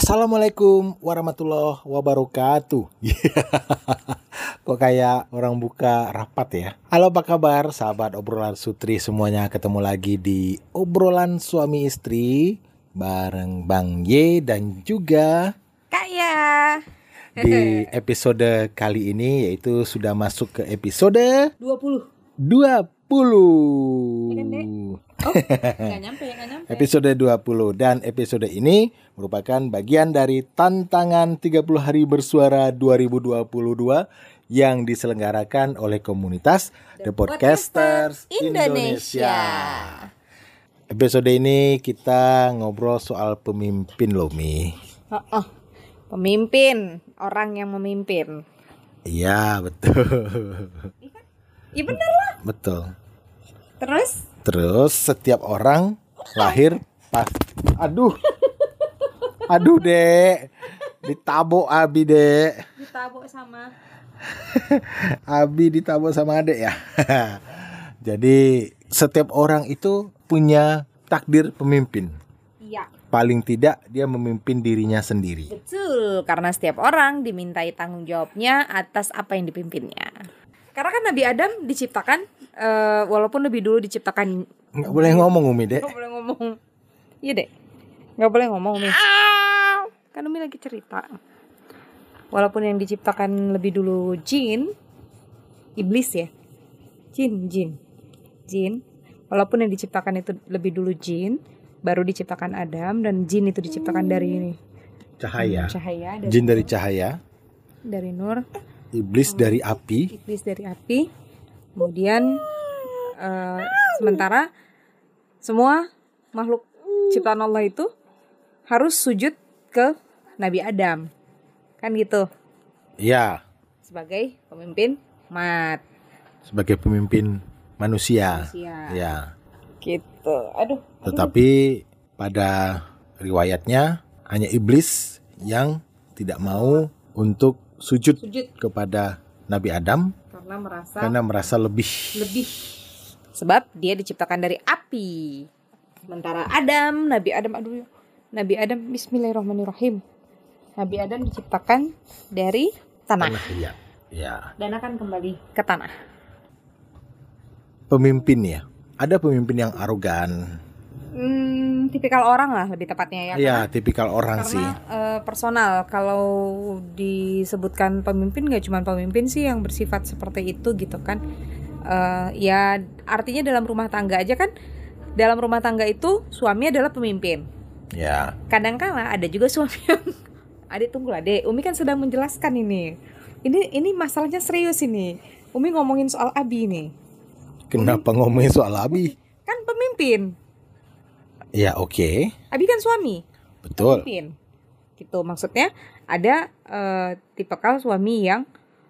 Assalamualaikum warahmatullahi wabarakatuh. Kok kayak orang buka rapat ya. Halo, apa kabar sahabat obrolan sutri semuanya. Ketemu lagi di obrolan suami istri bareng Bang Y dan juga Kak Ya. di episode kali ini, yaitu sudah masuk ke episode 20. 20. Ya kan, Dek? Oh, nggak nyampe. Episode 20, dan episode ini merupakan bagian dari tantangan 30 hari bersuara 2022 yang diselenggarakan oleh komunitas The Podcasters Indonesia. Episode ini kita ngobrol soal pemimpin loh, Mi. Pemimpin, orang yang memimpin. Iya, betul. Iya bener lah. Betul. Terus setiap orang lahir pas. Aduh, Dek. Ditabok Abi, Dek. ditabok sama. Abi ditabok sama adek ya. Jadi setiap orang itu punya takdir pemimpin. Iya. Paling tidak dia memimpin dirinya sendiri. Betul, karena setiap orang dimintai tanggung jawabnya atas apa yang dipimpinnya. Karena kan Nabi Adam diciptakan, walaupun lebih dulu diciptakan. Nggak boleh ngomong, Umi, Dek. Nggak boleh ngomong. Iya, Dek. Nggak boleh ngomong, Umi. Kan Umi lagi cerita. Walaupun yang diciptakan lebih dulu jin, iblis ya. Jin. Walaupun yang diciptakan itu lebih dulu jin, baru diciptakan Adam, dan jin itu diciptakan dari ini. Cahaya. Dari Jin dari cahaya, dari nur, iblis dari api. Kemudian sementara semua makhluk ciptaan Allah itu harus sujud ke Nabi Adam. Kan gitu. Iya, Sebagai pemimpin umat. sebagai pemimpin manusia. Ya. Gitu. Aduh. Tetapi pada riwayatnya hanya iblis yang tidak mau untuk sujud kepada Nabi Adam karena merasa lebih. Sebab dia diciptakan dari api. Sementara Nabi Adam bismillahirrahmanirrahim. Nabi Adam diciptakan dari tanah. Ya. Dan akan kembali ke tanah. Pemimpin ya. Ada pemimpin yang arogan. Tipikal orang lah lebih tepatnya ya. Iya, tipikal orang sih. Personal, kalau disebutkan pemimpin gak cuma pemimpin sih yang bersifat seperti itu gitu kan. Ya artinya dalam rumah tangga aja kan. Dalam rumah tangga itu suami adalah pemimpin. Ya. Kadang-kala ada juga suami yang Adik tunggu lah, Dek. Umi kan sedang menjelaskan ini. Ini masalahnya serius ini. Umi ngomongin soal Abi nih. Kenapa ngomongin soal Abi? Kan pemimpin. Ya, oke. Abi kan suami. Betul. Pemimpin. Gitu maksudnya ada tipikal suami yang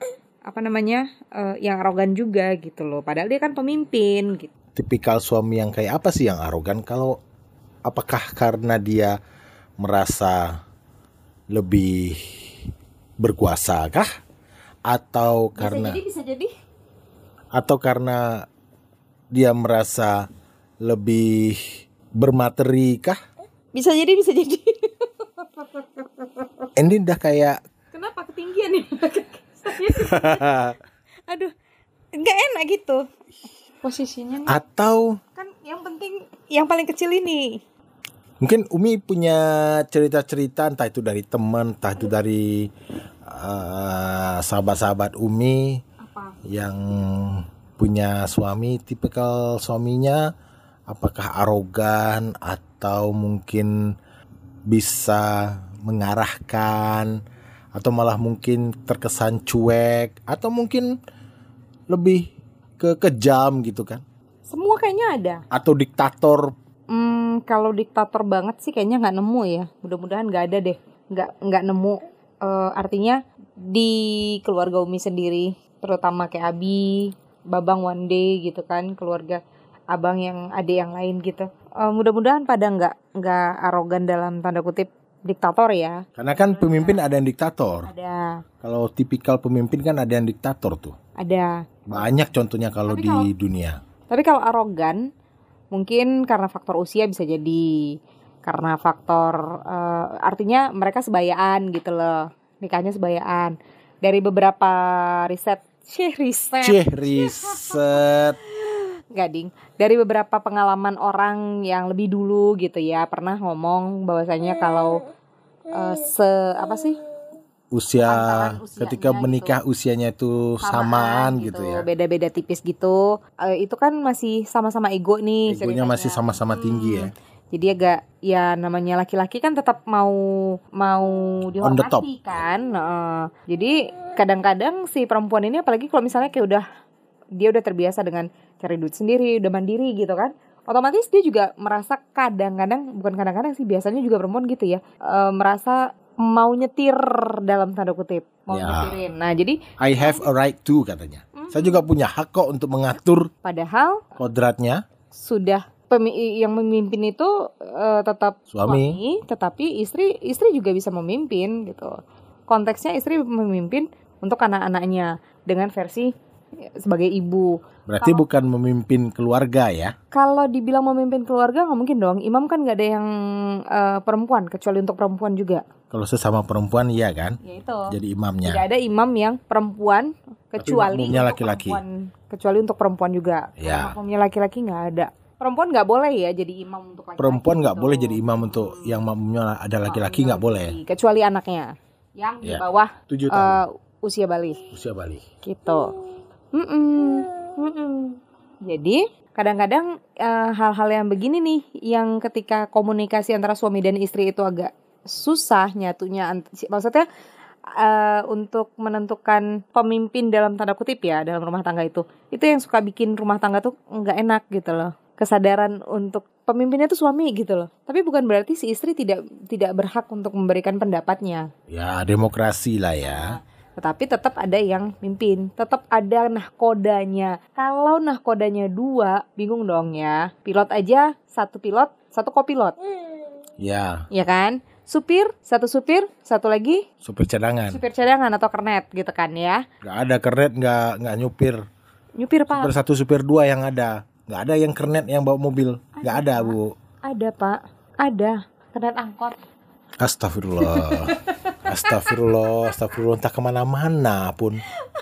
yang arogan juga gitu loh. Padahal dia kan pemimpin gitu. Tipikal suami yang kayak apa sih yang arogan? Kalau apakah karena dia merasa lebih berkuasa kah? Atau Bisa jadi. Atau karena dia merasa lebih bermateri kah? Bisa jadi. Ini udah kayak Kenapa ketinggian ya? Aduh, nggak enak gitu posisinya. Atau Kan yang penting yang paling kecil ini. mungkin Umi punya cerita-cerita, entah itu dari teman, entah itu dari sahabat-sahabat Umi. Apa? Yang punya suami, tipikal suaminya apakah arogan atau mungkin bisa mengarahkan, atau malah mungkin terkesan cuek, atau mungkin lebih kejam gitu kan? Semua kayaknya ada. Atau diktator. Kalau diktator banget sih kayaknya nggak nemu ya. Mudah-mudahan nggak ada deh. Nggak nemu. Artinya di keluarga Umi sendiri, terutama kayak Abi, Babang one day gitu kan, keluarga abang yang adik yang lain gitu. Mudah-mudahan pada nggak arogan dalam tanda kutip diktator ya. Karena kan pemimpin ada yang diktator. Ada. Kalau tipikal pemimpin kan ada yang diktator tuh. Ada. Banyak contohnya kalau di dunia. Tapi kalau arogan, mungkin karena faktor usia bisa jadi. karena faktor artinya mereka sebayaan gitu loh, nikahnya sebayaan. Dari beberapa riset Nggak, ding. Dari beberapa pengalaman orang yang lebih dulu gitu ya, pernah ngomong bahwasanya kalau usia Pantaran usianya ketika menikah usianya itu samaan gitu ya. beda-beda tipis gitu. Itu kan masih sama-sama ego nih Egonya ceritanya. masih sama-sama tinggi ya. Jadi agak ya namanya laki-laki kan tetap mau On the top. dihormati kan. Jadi kadang-kadang si perempuan ini apalagi kalau misalnya kayak dia udah terbiasa dengan cari duit sendiri, udah mandiri gitu kan. Otomatis dia juga merasa bukan kadang-kadang sih, biasanya juga perempuan gitu ya. Merasa mau nyetir dalam tanda kutip, mau nyetirin. Nah, jadi I have a right to katanya. Saya juga punya hak kok untuk mengatur padahal kodratnya. sudah yang memimpin itu tetap suami, tetapi istri juga bisa memimpin gitu. Konteksnya istri memimpin untuk anak-anaknya dengan versi sebagai ibu. Berarti bukan memimpin keluarga ya? Kalau dibilang memimpin keluarga nggak mungkin dong. Imam kan nggak ada yang perempuan, kecuali untuk perempuan juga. Kalau sesama perempuan iya kan? Ya itu. Jadi imamnya. Tidak ada imam yang perempuan kecuali makmumnya laki-laki. Kecuali untuk perempuan juga. Ya. Makmumnya laki-laki nggak ada. Perempuan nggak boleh ya jadi imam untuk laki-laki. Perempuan nggak boleh jadi imam untuk yang makmumnya ada laki-laki, nggak boleh. Kecuali anaknya yang di bawah 7 tahun. usia balik. Usia balik. Gitu. Jadi kadang-kadang hal-hal yang begini nih yang ketika komunikasi antara suami dan istri itu agak susah nyatunya. Maksudnya untuk menentukan pemimpin dalam tanda kutip ya dalam rumah tangga itu yang suka bikin rumah tangga tuh nggak enak gitu loh. Kesadaran untuk pemimpinnya tuh suami gitu loh. Tapi bukan berarti si istri tidak berhak untuk memberikan pendapatnya. Ya demokrasi lah ya. Tetapi tetap ada yang mimpin, tetap ada nahkodanya. Kalau nahkodanya 2, bingung dong ya. Pilot aja, 1 pilot, 1 kopilot. Ya. Ya kan? Supir, 1 supir, 1 lagi supir cadangan. Supir cadangan atau kernet gitu kan ya. Gak ada kernet, gak nyupir. Nyupir Pak. Supir 1, supir 2 yang ada. Gak ada yang kernet yang bawa mobil. Gak ada Bu. Ada Pak, ada. Kernet angkot. Astagfirullah. Astagfirullah entah kemana-mana pun.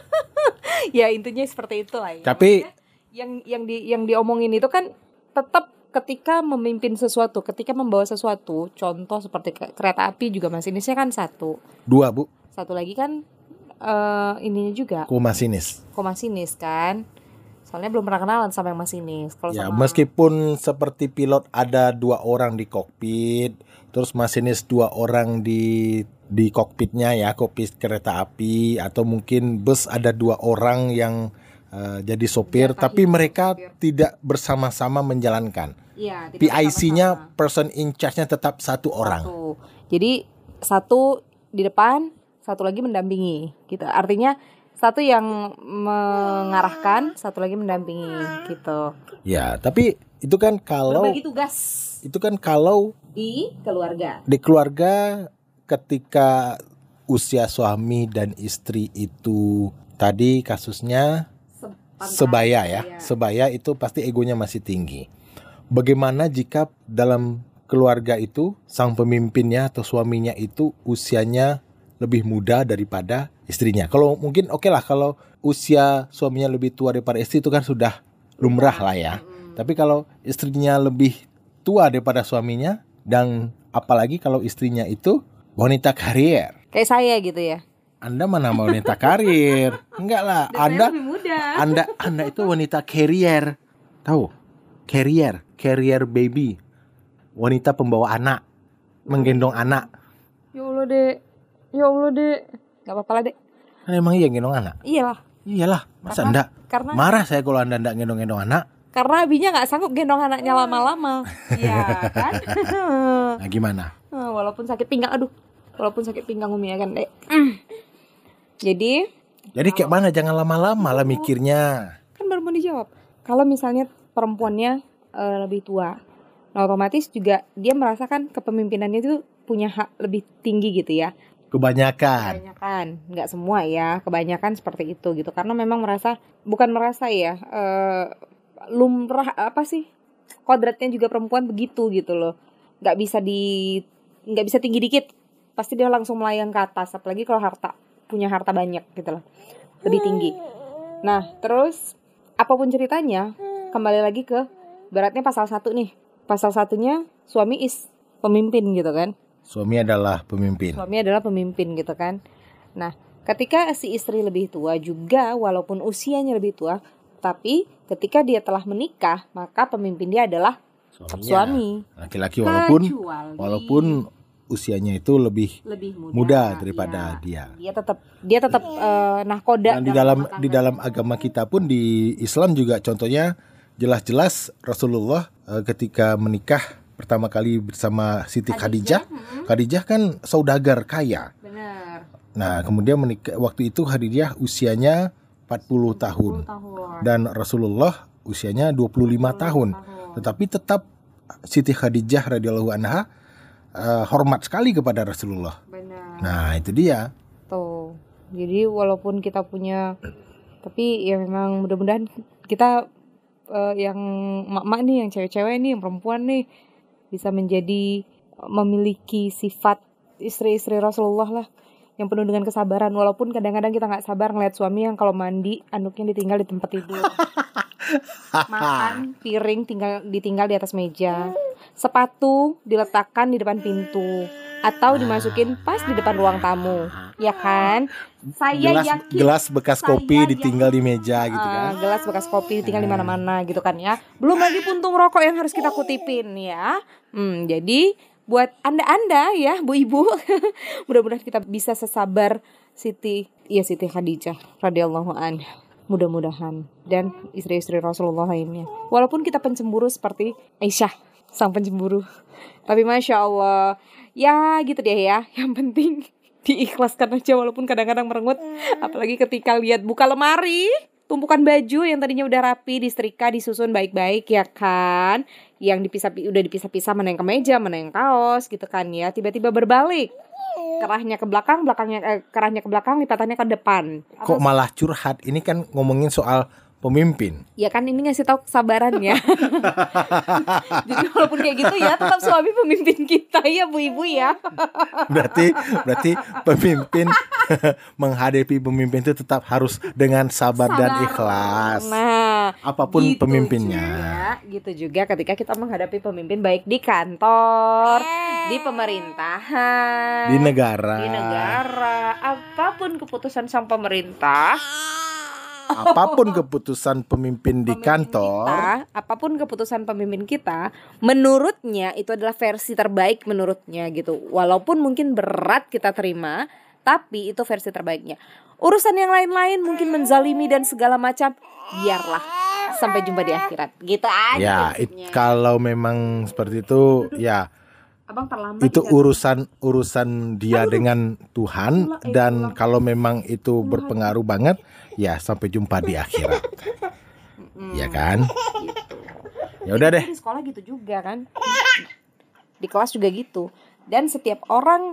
Ya intinya seperti itulah ya. Tapi yang diomongin itu kan tetap ketika memimpin sesuatu, ketika membawa sesuatu, contoh seperti kereta api juga masinisnya kan 1. 2 Bu. 1 lagi kan ininya juga. Komasinis kan. Soalnya belum pernah kenalan sama yang masinis. Kalau ya, sama meskipun seperti pilot ada 2 orang di kokpit, terus masinis 2 orang di kokpitnya ya, kokpit kereta api, atau mungkin bus ada 2 orang yang jadi sopir, tapi mereka tidak bersama-sama menjalankan. Iya, PIC-nya, person in charge-nya tetap 1 orang. Jadi 1 di depan, 1 lagi mendampingi. Gitu. Artinya 1 yang mengarahkan, 1 lagi mendampingi gitu. Ya, tapi itu kan kalau berbagi tugas. Itu kan kalau di keluarga. Di keluarga ketika usia suami dan istri itu tadi kasusnya sebaya ya. Sebaya itu pasti egonya masih tinggi. Bagaimana jika dalam keluarga itu sang pemimpinnya atau suaminya itu usianya lebih muda daripada istrinya? Kalau mungkin oke lah kalau usia suaminya lebih tua daripada istri itu kan sudah lumrah lah ya. Tapi kalau istrinya lebih tua daripada suaminya, dan apalagi kalau istrinya itu wanita karir. Kayak saya gitu ya. Anda mana mau wanita karir? Enggak lah. Anda itu wanita carrier. Tahu? Carrier baby. Wanita pembawa anak, menggendong anak. Ya Allah, Dek. Gak apa-apa lah, Dek. Emang iya gendong anak? Iyalah. Masa Anda marah saya kalau Anda enggak gendong anak? Karena abinya gak sanggup gendong anaknya lama-lama. Iya kan? Nah gimana? Walaupun sakit pinggang Umi ya kan, Dek. Jadi kayak mana, jangan lama-lama lah mikirnya. Kan baru mau dijawab. Kalau misalnya perempuannya lebih tua, nah otomatis juga dia merasakan kepemimpinannya itu punya hak lebih tinggi gitu ya. Kebanyakan, nggak semua ya, kebanyakan seperti itu gitu. Karena memang bukan merasa ya, lumrah kodratnya juga perempuan begitu gitu loh. nggak bisa tinggi dikit, pasti dia langsung melayang ke atas. Apalagi kalau punya harta banyak gitu loh, lebih tinggi. Nah terus apapun ceritanya, kembali lagi ke beratnya pasal 1 nih. Pasal 1-nya suami pemimpin gitu kan. Suami adalah pemimpin gitu kan. Nah ketika si istri lebih tua juga, walaupun usianya lebih tua, tapi ketika dia telah menikah, maka pemimpin dia adalah suami. Laki-laki walaupun usianya itu lebih muda daripada dia. Dia tetap nahkoda. Dan di dalam agama kita pun, di Islam juga contohnya jelas-jelas Rasulullah ketika menikah pertama kali bersama Siti Khadijah. Khadijah kan saudagar kaya. Benar. Nah, kemudian menikah waktu itu Khadijah usianya 40 tahun. Dan Rasulullah usianya 25 tahun. Tetapi tetap Siti Khadijah radhiyallahu anha hormat sekali kepada Rasulullah. Benar. Nah, itu dia. Tuh. Jadi walaupun kita punya, tapi ya memang mudah-mudahan kita yang emak-emak nih, yang cewek-cewek nih, yang perempuan nih, bisa memiliki sifat istri-istri Rasulullah lah, yang penuh dengan kesabaran. Walaupun kadang-kadang kita gak sabar ngeliat suami yang kalau mandi anduknya ditinggal di tempat tidur, makan piring ditinggal di atas meja, sepatu diletakkan di depan pintu, atau dimasukin pas di depan ruang tamu, ya kan? Gelas bekas kopi ditinggal di meja gitu kan? Gelas bekas kopi ditinggal di mana-mana gitu kan ya. Belum lagi puntung rokok yang harus kita kutipin ya. Jadi buat anda ya, bu ibu, mudah-mudahan kita bisa sesabar Siti Khadijah radhiyallahu anha. Mudah-mudahan, dan istri-istri Rasulullah lainnya. Walaupun kita pencemburu seperti Aisyah, sang pencemburu, tapi masya Allah, ya gitu deh ya. Yang penting diikhlaskan aja, walaupun kadang-kadang merengut. Apalagi ketika lihat buka lemari, tumpukan baju yang tadinya udah rapi, disetrika, disusun baik-baik ya kan, yang udah dipisah-pisah, mana yang kemeja, mana yang kaos gitu kan ya, tiba-tiba berbalik. Kerahnya ke belakang, kerahnya ke belakang, lipatannya ke depan. Kok malah curhat? Ini kan ngomongin soal pemimpin. Ya kan ini ngasih tahu kesabaran ya. Jadi walaupun kayak gitu ya, tetap suami pemimpin kita ya bu ibu ya. Berarti pemimpin menghadapi pemimpin itu tetap harus dengan sabar dan ikhlas. Nah, apapun gitu pemimpinnya. Gitu juga ketika kita menghadapi pemimpin, baik di kantor, di pemerintahan, di negara, apapun keputusan sang pemerintah. Apapun keputusan pemimpin di kantor, apapun keputusan pemimpin kita, menurutnya itu adalah versi terbaik menurutnya gitu. Walaupun mungkin berat kita terima, tapi itu versi terbaiknya. Urusan yang lain-lain mungkin menzalimi dan segala macam, biarlah, sampai jumpa di akhirat. Gitu aja. Ya, kalau memang seperti itu, ya. Abang terlambat. Itu urusan dia dengan Tuhan, dan kalau memang itu berpengaruh banget, ya sampai jumpa di akhirat. Ya kan? Gitu. Ya udah deh. Di sekolah gitu juga kan. Di kelas juga gitu. Dan setiap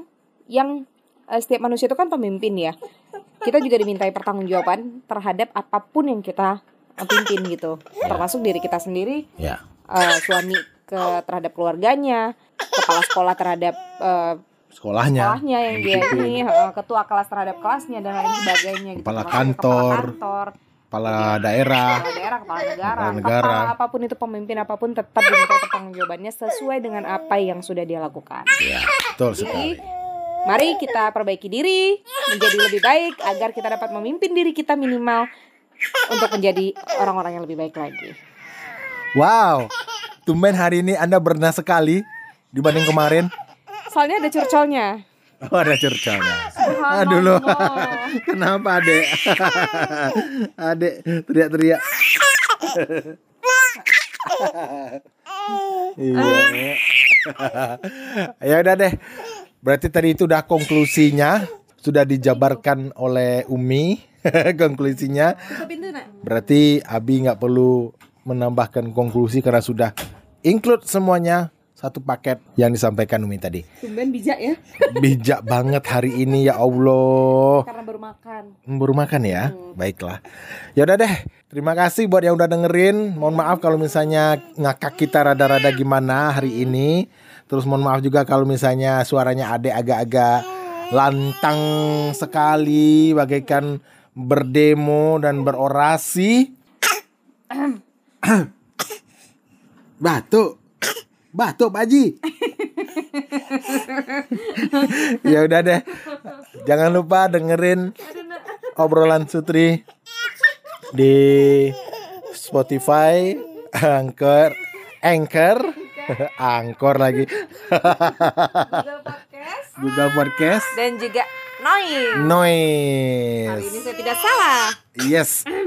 manusia itu kan pemimpin ya. Kita juga dimintai pertanggungjawaban terhadap apapun yang kita pimpin gitu. Termasuk diri kita sendiri. Ya. Suami terhadap keluarganya, kepala sekolah terhadap sekolahnya yang dia ini, ketua kelas terhadap kelasnya dan lain sebagainya gitu. Kepala kantor, kepala daerah, kepala negara. Apapun itu pemimpin, apapun tetap diminta pertanggungjawabannya sesuai dengan apa yang sudah dia lakukan. Ya, betul sekali. Mari kita perbaiki diri menjadi lebih baik agar kita dapat memimpin diri kita minimal untuk menjadi orang-orang yang lebih baik lagi. Wow. Tumben hari ini Anda berna sekali dibanding kemarin. Soalnya ada curcolnya. Oh, ada curcolnya. Aduh loh. Kenapa adek? Adek teriak-teriak. Iya. Ya udah deh. Berarti tadi itu udah konklusinya, sudah dijabarkan oleh Umi. Konklusinya. Berarti Abi nggak perlu menambahkan konklusi karena sudah include semuanya satu paket yang disampaikan Umi tadi. Tumben bijak ya. Bijak banget hari ini ya Allah. Karena baru makan. Baru makan ya. Baiklah. Ya udah deh. Terima kasih buat yang udah dengerin. Mohon maaf kalau misalnya ngakak kita rada-rada gimana hari ini. Terus mohon maaf juga kalau misalnya suaranya Ade agak-agak lantang sekali, bagaikan berdemo dan berorasi. Batuk Pak Haji. Ya udah deh. Jangan lupa dengerin obrolan Sutri di Spotify, Anchor lagi. Google Podcast dan juga Noise. Hari ini saya tidak salah. Yes.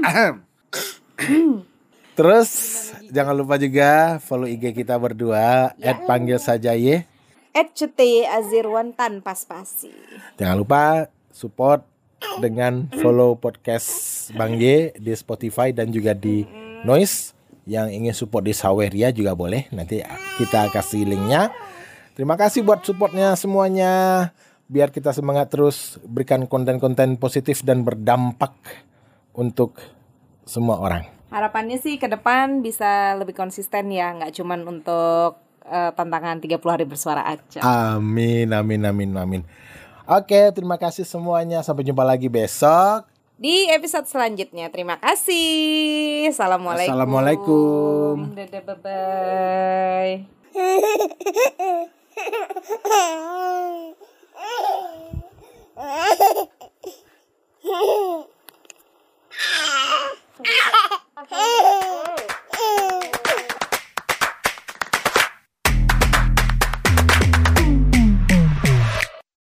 Terus jangan lupa juga follow IG kita berdua @panggilsajaye @cuteyazirwan tanpa spasi. Jangan lupa support dengan follow podcast Bang Y di Spotify dan juga di Noise. Yang ingin support di Saweria juga boleh. Nanti kita kasih linknya. Terima kasih buat supportnya semuanya. Biar kita semangat terus berikan konten-konten positif dan berdampak untuk semua orang. Harapannya sih ke depan bisa lebih konsisten ya. Nggak cuman untuk tantangan 30 hari bersuara aja. Amin. Oke, terima kasih semuanya. Sampai jumpa lagi besok di episode selanjutnya. Terima kasih. Assalamualaikum. Dadah, bye-bye.